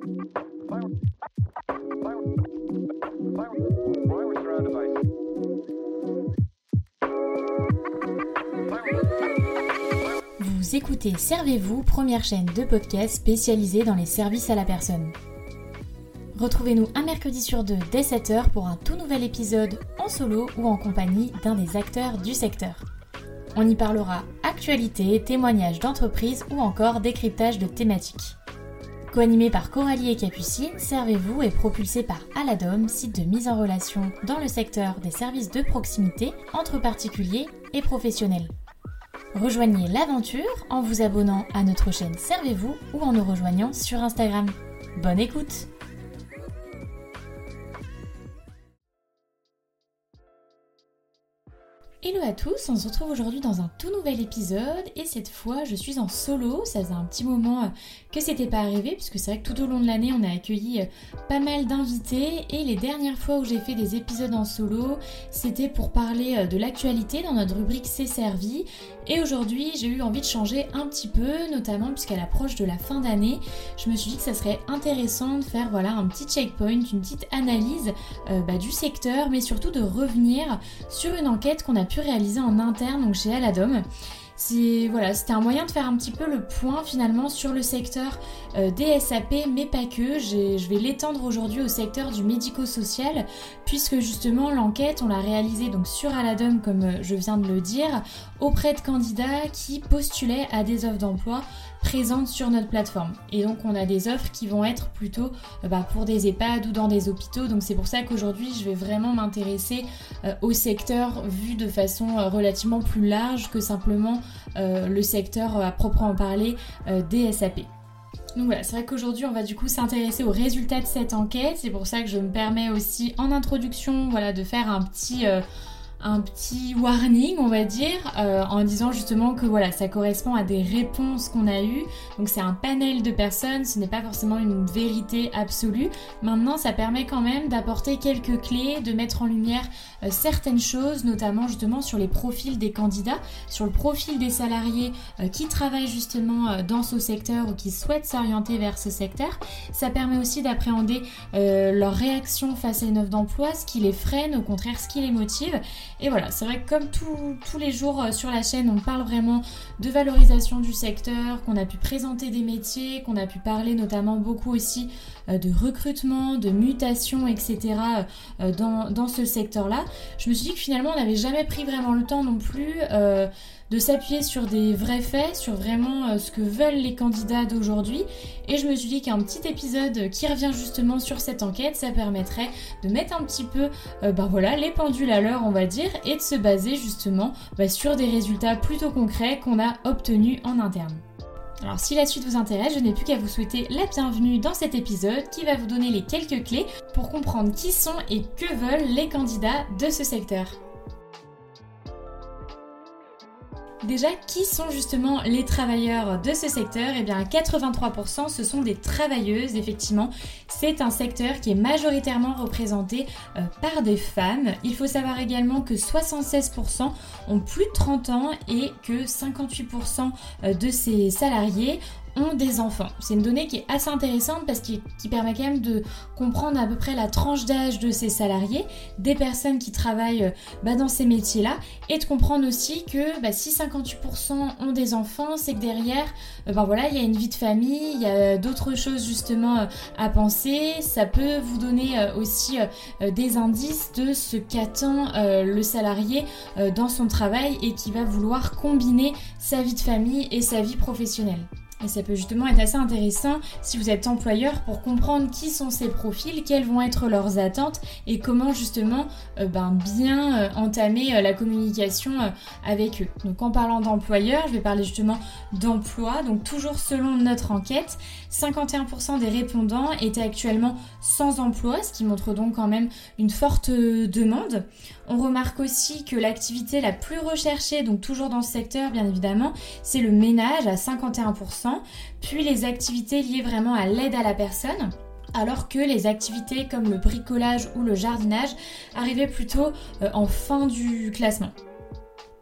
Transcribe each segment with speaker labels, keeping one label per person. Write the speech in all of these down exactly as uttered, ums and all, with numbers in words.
Speaker 1: Vous écoutez Servez-vous, première chaîne de podcast spécialisée dans les services à la personne. Retrouvez-nous un mercredi sur deux dès sept heures pour un tout nouvel épisode en solo ou en compagnie d'un des acteurs du secteur. On y parlera actualité, témoignages d'entreprise ou encore décryptage de thématiques. Co-animé par Coralie et Capucine, Servez-vous est propulsé par Aladom, site de mise en relation dans le secteur des services de proximité entre particuliers et professionnels. Rejoignez l'aventure en vous abonnant à notre chaîne Servez-vous ou en nous rejoignant sur Instagram. Bonne écoute! Hello à tous, on se retrouve aujourd'hui dans un tout nouvel épisode et cette fois je suis en solo. Ça faisait un petit moment que c'était pas arrivé puisque c'est vrai que tout au long de l'année on a accueilli pas mal d'invités et les dernières fois où j'ai fait des épisodes en solo c'était pour parler de l'actualité dans notre rubrique C'est servi et aujourd'hui j'ai eu envie de changer un petit peu, notamment puisqu'à l'approche de la fin d'année je me suis dit que ça serait intéressant de faire voilà, un petit checkpoint, une petite analyse euh, bah, du secteur mais surtout de revenir sur une enquête qu'on a pu réalisé en interne donc chez Aladom. C'est, voilà, c'était un moyen de faire un petit peu le point finalement sur le secteur euh, des S A P, mais pas que. J'ai, je vais l'étendre aujourd'hui au secteur du médico-social, puisque justement l'enquête, on l'a réalisée donc sur Aladom, comme euh, je viens de le dire, auprès de candidats qui postulaient à des offres d'emploi présentes sur notre plateforme. Et donc on a des offres qui vont être plutôt euh, bah, pour des EHPAD ou dans des hôpitaux. Donc c'est pour ça qu'aujourd'hui je vais vraiment m'intéresser euh, au secteur vu de façon euh, relativement plus large que simplement euh, le secteur euh, à proprement parler euh, des S A P. Donc voilà, c'est vrai qu'aujourd'hui on va du coup s'intéresser aux résultats de cette enquête. C'est pour ça que je me permets aussi en introduction voilà, de faire un petit... Euh, un petit warning on va dire euh, en disant justement que voilà ça correspond à des réponses qu'on a eues, donc c'est un panel de personnes, ce n'est pas forcément une vérité absolue. Maintenant ça permet quand même d'apporter quelques clés, de mettre en lumière euh, certaines choses, notamment justement sur les profils des candidats, sur le profil des salariés euh, qui travaillent justement euh, dans ce secteur ou qui souhaitent s'orienter vers ce secteur. Ça permet aussi d'appréhender euh, leur réaction face à une offre d'emploi, ce qui les freine, au contraire ce qui les motive. Et voilà, c'est vrai que comme tout, tous les jours sur la chaîne, on parle vraiment de valorisation du secteur, qu'on a pu présenter des métiers, qu'on a pu parler notamment beaucoup aussi de recrutement, de mutation, et cetera dans, dans ce secteur-là. Je me suis dit que finalement, on n'avait jamais pris vraiment le temps non plus euh, de s'appuyer sur des vrais faits, sur vraiment euh, ce que veulent les candidats d'aujourd'hui. Et je me suis dit qu'un petit épisode qui revient justement sur cette enquête, ça permettrait de mettre un petit peu euh, ben voilà, les pendules à l'heure, on va dire, et de se baser justement ben, sur des résultats plutôt concrets qu'on a obtenus en interne. Alors si la suite vous intéresse, je n'ai plus qu'à vous souhaiter la bienvenue dans cet épisode qui va vous donner les quelques clés pour comprendre qui sont et que veulent les candidats de ce secteur. Déjà, qui sont justement les travailleurs de ce secteur ? Eh bien, quatre-vingt-trois pour cent, ce sont des travailleuses, effectivement. C'est un secteur qui est majoritairement représenté euh, par des femmes. Il faut savoir également que soixante-seize pour cent ont plus de trente ans et que cinquante-huit pour cent de ces salariés ont des enfants. C'est une donnée qui est assez intéressante parce qu'il qui permet quand même de comprendre à peu près la tranche d'âge de ces salariés, des personnes qui travaillent bah, dans ces métiers-là, et de comprendre aussi que bah, si cinquante-huit pour cent ont des enfants, c'est que derrière, euh, bah, voilà, il y a une vie de famille, il y a d'autres choses justement euh, à penser. Ça peut vous donner euh, aussi euh, des indices de ce qu'attend euh, le salarié euh, dans son travail et qui va vouloir combiner sa vie de famille et sa vie professionnelle. Et ça peut justement être assez intéressant si vous êtes employeur pour comprendre qui sont ces profils, quelles vont être leurs attentes et comment justement euh, ben, bien euh, entamer euh, la communication euh, avec eux. Donc en parlant d'employeur, je vais parler justement d'emploi. Donc toujours selon notre enquête, cinquante et un pour cent des répondants étaient actuellement sans emploi, ce qui montre donc quand même une forte euh, demande. On remarque aussi que l'activité la plus recherchée, donc toujours dans ce secteur bien évidemment, c'est le ménage à cinquante et un pour cent, puis les activités liées vraiment à l'aide à la personne, alors que les activités comme le bricolage ou le jardinage arrivaient plutôt euh, en fin du classement.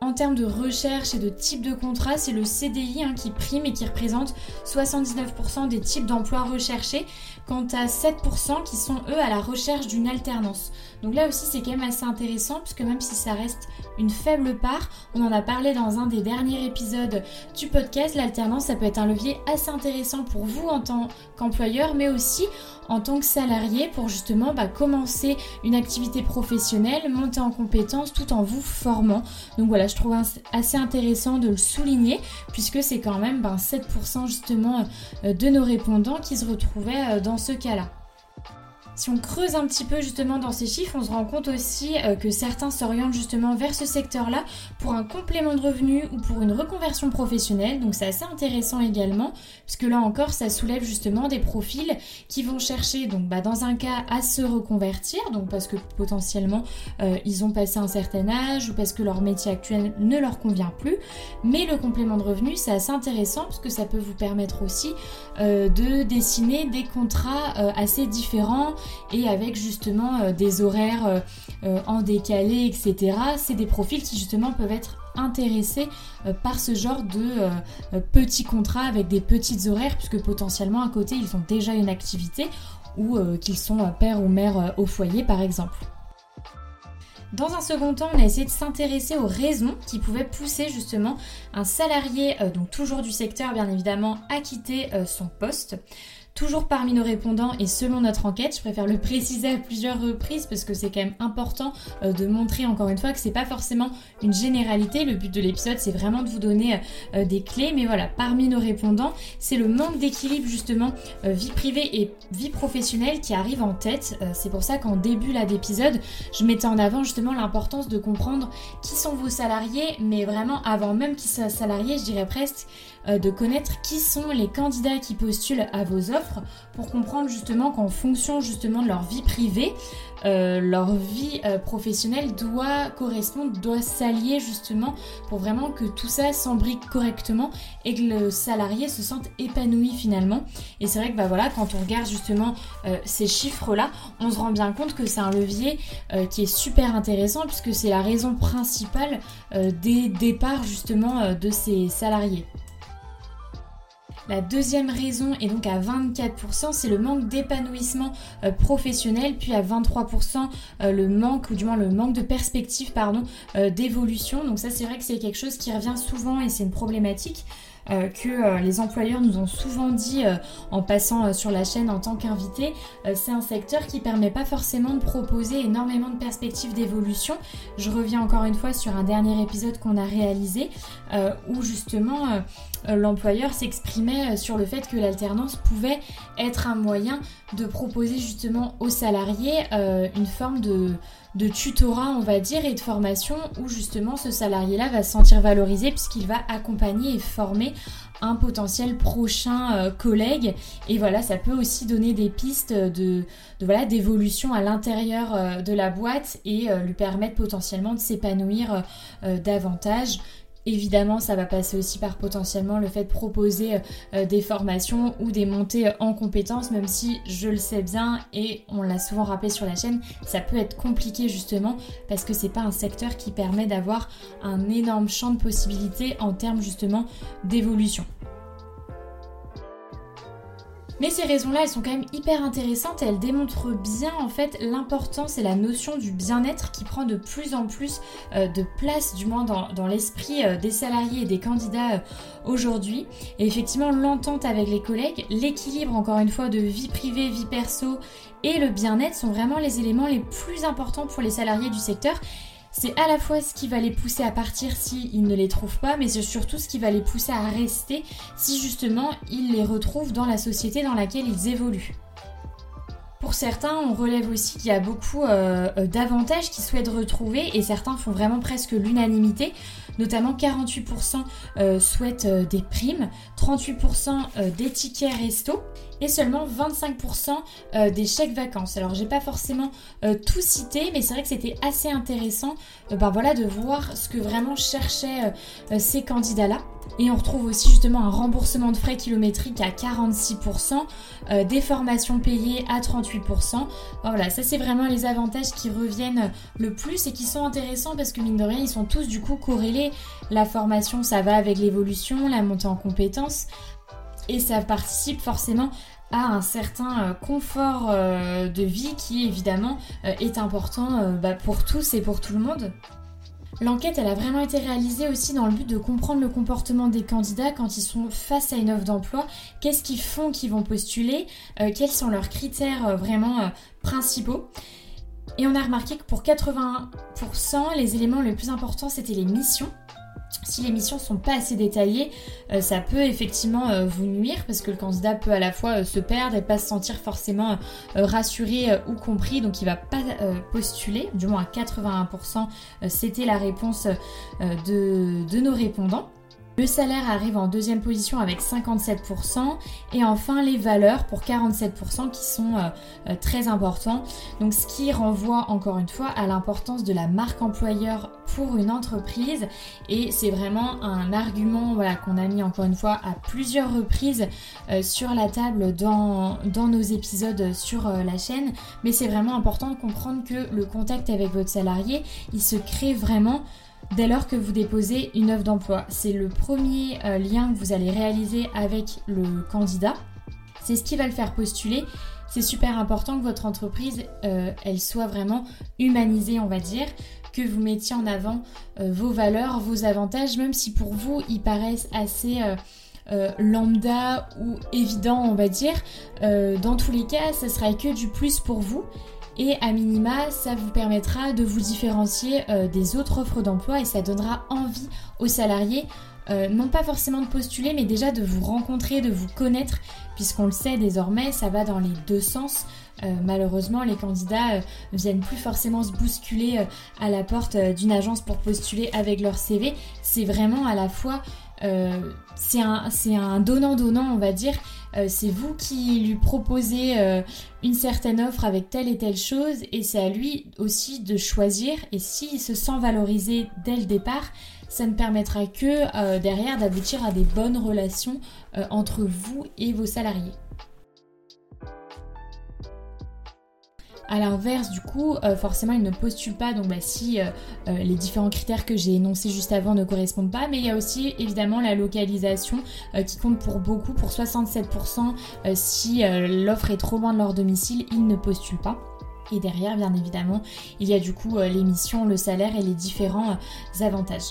Speaker 1: En termes de recherche et de type de contrat, c'est le C D I hein, qui prime et qui représente soixante-dix-neuf pour cent des types d'emplois recherchés, quant à sept pour cent qui sont eux à la recherche d'une alternance. Donc là aussi c'est quand même assez intéressant puisque même si ça reste une faible part, on en a parlé dans un des derniers épisodes du podcast, l'alternance ça peut être un levier assez intéressant pour vous en tant qu'employeur mais aussi en tant que salarié pour justement bah, commencer une activité professionnelle, monter en compétences tout en vous formant. Donc voilà, je trouve assez intéressant de le souligner puisque c'est quand même bah, sept pour cent justement de nos répondants qui se retrouvaient dans ce cas-là. Si on creuse un petit peu justement dans ces chiffres, on se rend compte aussi euh, que certains s'orientent justement vers ce secteur-là pour un complément de revenu ou pour une reconversion professionnelle. Donc c'est assez intéressant également, parce que là encore, ça soulève justement des profils qui vont chercher, donc bah, dans un cas, à se reconvertir, donc parce que potentiellement euh, ils ont passé un certain âge ou parce que leur métier actuel ne leur convient plus. Mais le complément de revenu, c'est assez intéressant parce que ça peut vous permettre aussi euh, de dessiner des contrats euh, assez différents et avec justement euh, des horaires euh, euh, en décalé, et cetera. C'est des profils qui justement peuvent être intéressés euh, par ce genre de euh, petits contrats avec des petites horaires puisque potentiellement à côté ils ont déjà une activité ou euh, qu'ils sont euh, père ou mère euh, au foyer par exemple. Dans un second temps, on a essayé de s'intéresser aux raisons qui pouvaient pousser justement un salarié, euh, donc toujours du secteur bien évidemment, à quitter euh, son poste. Toujours parmi nos répondants et selon notre enquête, je préfère le préciser à plusieurs reprises parce que c'est quand même important euh, de montrer encore une fois que c'est pas forcément une généralité. Le but de l'épisode c'est vraiment de vous donner euh, des clés, mais voilà, parmi nos répondants, c'est le manque d'équilibre justement euh, vie privée et vie professionnelle qui arrive en tête. Euh, c'est pour ça qu'en début là d'épisode, je mettais en avant justement l'importance de comprendre qui sont vos salariés, mais vraiment avant même qu'ils soient salariés, je dirais presque euh, de connaître qui sont les candidats qui postulent à vos offres pour comprendre justement qu'en fonction justement de leur vie privée, euh, leur vie euh, professionnelle doit correspondre, doit s'allier justement pour vraiment que tout ça s'embrique correctement et que le salarié se sente épanoui finalement. Et c'est vrai que bah voilà, quand on regarde justement euh, ces chiffres-là, on se rend bien compte que c'est un levier euh, qui est super intéressant puisque c'est la raison principale euh, des départs justement euh, de ces salariés. La deuxième raison est donc à vingt-quatre pour cent, c'est le manque d'épanouissement euh, professionnel, puis à vingt-trois pour cent euh, le manque, ou du moins le manque de perspective pardon, euh, d'évolution. Donc ça c'est vrai que c'est quelque chose qui revient souvent et c'est une problématique. Euh, que euh, les employeurs nous ont souvent dit euh, en passant euh, sur la chaîne en tant qu'invités, euh, c'est un secteur qui permet pas forcément de proposer énormément de perspectives d'évolution. Je reviens encore une fois sur un dernier épisode qu'on a réalisé euh, où justement euh, euh, l'employeur s'exprimait euh, sur le fait que l'alternance pouvait être un moyen de proposer justement aux salariés euh, une forme de de tutorat on va dire et de formation où justement ce salarié-là va se sentir valorisé puisqu'il va accompagner et former un potentiel prochain euh, collègue et voilà ça peut aussi donner des pistes de, de voilà d'évolution à l'intérieur euh, de la boîte et euh, lui permettre potentiellement de s'épanouir euh, davantage. Évidemment, ça va passer aussi par potentiellement le fait de proposer euh, des formations ou des montées en compétences, même si je le sais bien et on l'a souvent rappelé sur la chaîne, ça peut être compliqué justement parce que c'est pas un secteur qui permet d'avoir un énorme champ de possibilités en termes justement d'évolution. Mais ces raisons-là, elles sont quand même hyper intéressantes et elles démontrent bien en fait l'importance et la notion du bien-être qui prend de plus en plus euh, de place, du moins dans, dans l'esprit euh, des salariés et des candidats euh, aujourd'hui. Et effectivement, l'entente avec les collègues, l'équilibre encore une fois de vie privée, vie perso et le bien-être sont vraiment les éléments les plus importants pour les salariés du secteur. C'est à la fois ce qui va les pousser à partir s'ils ne les trouvent pas, mais c'est surtout ce qui va les pousser à rester si justement ils les retrouvent dans la société dans laquelle ils évoluent. Pour certains, on relève aussi qu'il y a beaucoup euh, d'avantages qu'ils souhaitent retrouver et certains font vraiment presque l'unanimité. Notamment quarante-huit pour cent euh, souhaitent euh, des primes, trente-huit pour cent euh, des tickets resto et seulement vingt-cinq pour cent euh, des chèques vacances. Alors j'ai pas forcément euh, tout cité, mais c'est vrai que c'était assez intéressant euh, ben voilà, de voir ce que vraiment cherchaient euh, ces candidats-là. Et on retrouve aussi justement un remboursement de frais kilométriques à quarante-six pour cent, euh, des formations payées à trente-huit pour cent. Voilà, ça c'est vraiment les avantages qui reviennent le plus et qui sont intéressants parce que mine de rien, ils sont tous du coup corrélés. La formation, ça va avec l'évolution, la montée en compétences et ça participe forcément à un certain confort euh, de vie qui évidemment euh, est important euh, bah, pour tous et pour tout le monde. L'enquête, elle a vraiment été réalisée aussi dans le but de comprendre le comportement des candidats quand ils sont face à une offre d'emploi. Qu'est-ce qu'ils font qu'ils vont postuler, euh, quels sont leurs critères euh, vraiment euh, principaux. Et on a remarqué que pour quatre-vingts pour cent, les éléments les plus importants, c'était les missions. Si les missions ne sont pas assez détaillées, euh, ça peut effectivement euh, vous nuire parce que le candidat peut à la fois euh, se perdre et pas se sentir forcément euh, rassuré euh, ou compris, donc il ne va pas euh, postuler, du moins à quatre-vingt-un pour cent, euh, c'était la réponse euh, de, de nos répondants. Le salaire arrive en deuxième position avec cinquante-sept pour cent et enfin les valeurs pour quarante-sept pour cent qui sont euh, euh, très importants. Donc ce qui renvoie encore une fois à l'importance de la marque employeur pour une entreprise et c'est vraiment un argument voilà, qu'on a mis encore une fois à plusieurs reprises euh, sur la table dans, dans nos épisodes sur euh, la chaîne, mais c'est vraiment important de comprendre que le contact avec votre salarié, il se crée vraiment dès lors que vous déposez une offre d'emploi. C'est le premier euh, lien que vous allez réaliser avec le candidat. C'est ce qui va le faire postuler. C'est super important que votre entreprise, euh, elle soit vraiment humanisée, on va dire, que vous mettiez en avant euh, vos valeurs, vos avantages, même si pour vous, ils paraissent assez euh, euh, lambda ou évidents, on va dire. Euh, dans tous les cas, ça sera que du plus pour vous. Et à minima, ça vous permettra de vous différencier euh, des autres offres d'emploi et ça donnera envie aux salariés, euh, non pas forcément de postuler, mais déjà de vous rencontrer, de vous connaître, puisqu'on le sait désormais, ça va dans les deux sens. Euh, malheureusement, les candidats euh, viennent plus forcément se bousculer euh, à la porte euh, d'une agence pour postuler avec leur C V. C'est vraiment à la fois, euh, c'est un, c'est un donnant-donnant, on va dire. Euh, c'est vous qui lui proposez euh, une certaine offre avec telle et telle chose et c'est à lui aussi de choisir et s'il se sent valorisé dès le départ, ça ne permettra que euh, derrière d'aboutir à des bonnes relations euh, entre vous et vos salariés. À l'inverse, du coup, euh, forcément, il ne postule pas, donc bah, si euh, euh, les différents critères que j'ai énoncés juste avant ne correspondent pas, mais il y a aussi évidemment la localisation euh, qui compte pour beaucoup, pour soixante-sept pour cent. Euh, si euh, l'offre est trop loin de leur domicile, ils ne postulent pas. Et derrière, bien évidemment, il y a du coup euh, les missions, le salaire et les différents euh, avantages.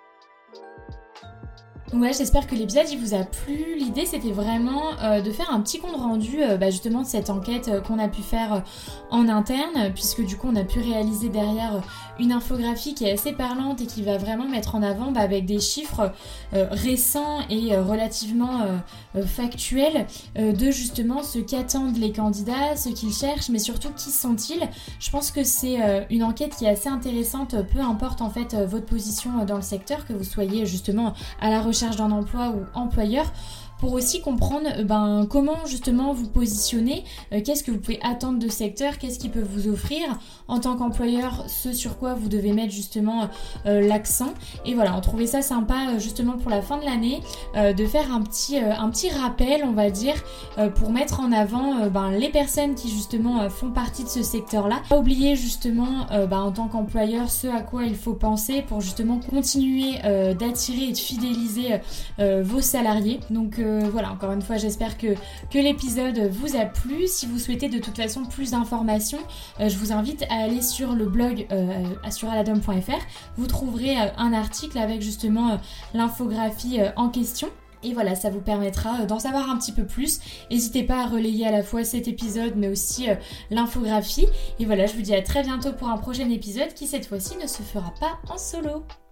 Speaker 1: Donc ouais, j'espère que l'épisode il vous a plu. L'idée c'était vraiment euh, de faire un petit compte rendu euh, bah, justement de cette enquête euh, qu'on a pu faire euh, en interne, puisque du coup on a pu réaliser derrière euh, une infographie qui est assez parlante et qui va vraiment mettre en avant bah, avec des chiffres euh, récents et euh, relativement euh, euh, factuels euh, de justement ce qu'attendent les candidats, ce qu'ils cherchent, mais surtout qui sont-ils. Je pense que c'est euh, une enquête qui est assez intéressante, peu importe en fait euh, votre position euh, dans le secteur, que vous soyez justement à la recherche d'un emploi ou employeur, pour aussi comprendre ben, comment justement vous positionner, euh, qu'est-ce que vous pouvez attendre de secteur, qu'est-ce qu'il peut vous offrir en tant qu'employeur, ce sur quoi vous devez mettre justement euh, l'accent. Et voilà, on trouvait ça sympa justement pour la fin de l'année euh, de faire un petit, euh, un petit rappel, on va dire, euh, pour mettre en avant euh, ben, les personnes qui justement euh, font partie de ce secteur-là. Pas oublier justement euh, ben, en tant qu'employeur ce à quoi il faut penser pour justement continuer euh, d'attirer et de fidéliser euh, vos salariés. Donc euh, Euh, voilà, encore une fois, j'espère que, que l'épisode vous a plu. Si vous souhaitez de toute façon plus d'informations, euh, je vous invite à aller sur le blog euh, assuraladom point f r. Vous trouverez euh, un article avec justement euh, l'infographie euh, en question. Et voilà, ça vous permettra d'en savoir un petit peu plus. N'hésitez pas à relayer à la fois cet épisode, mais aussi euh, l'infographie. Et voilà, je vous dis à très bientôt pour un prochain épisode qui cette fois-ci ne se fera pas en solo.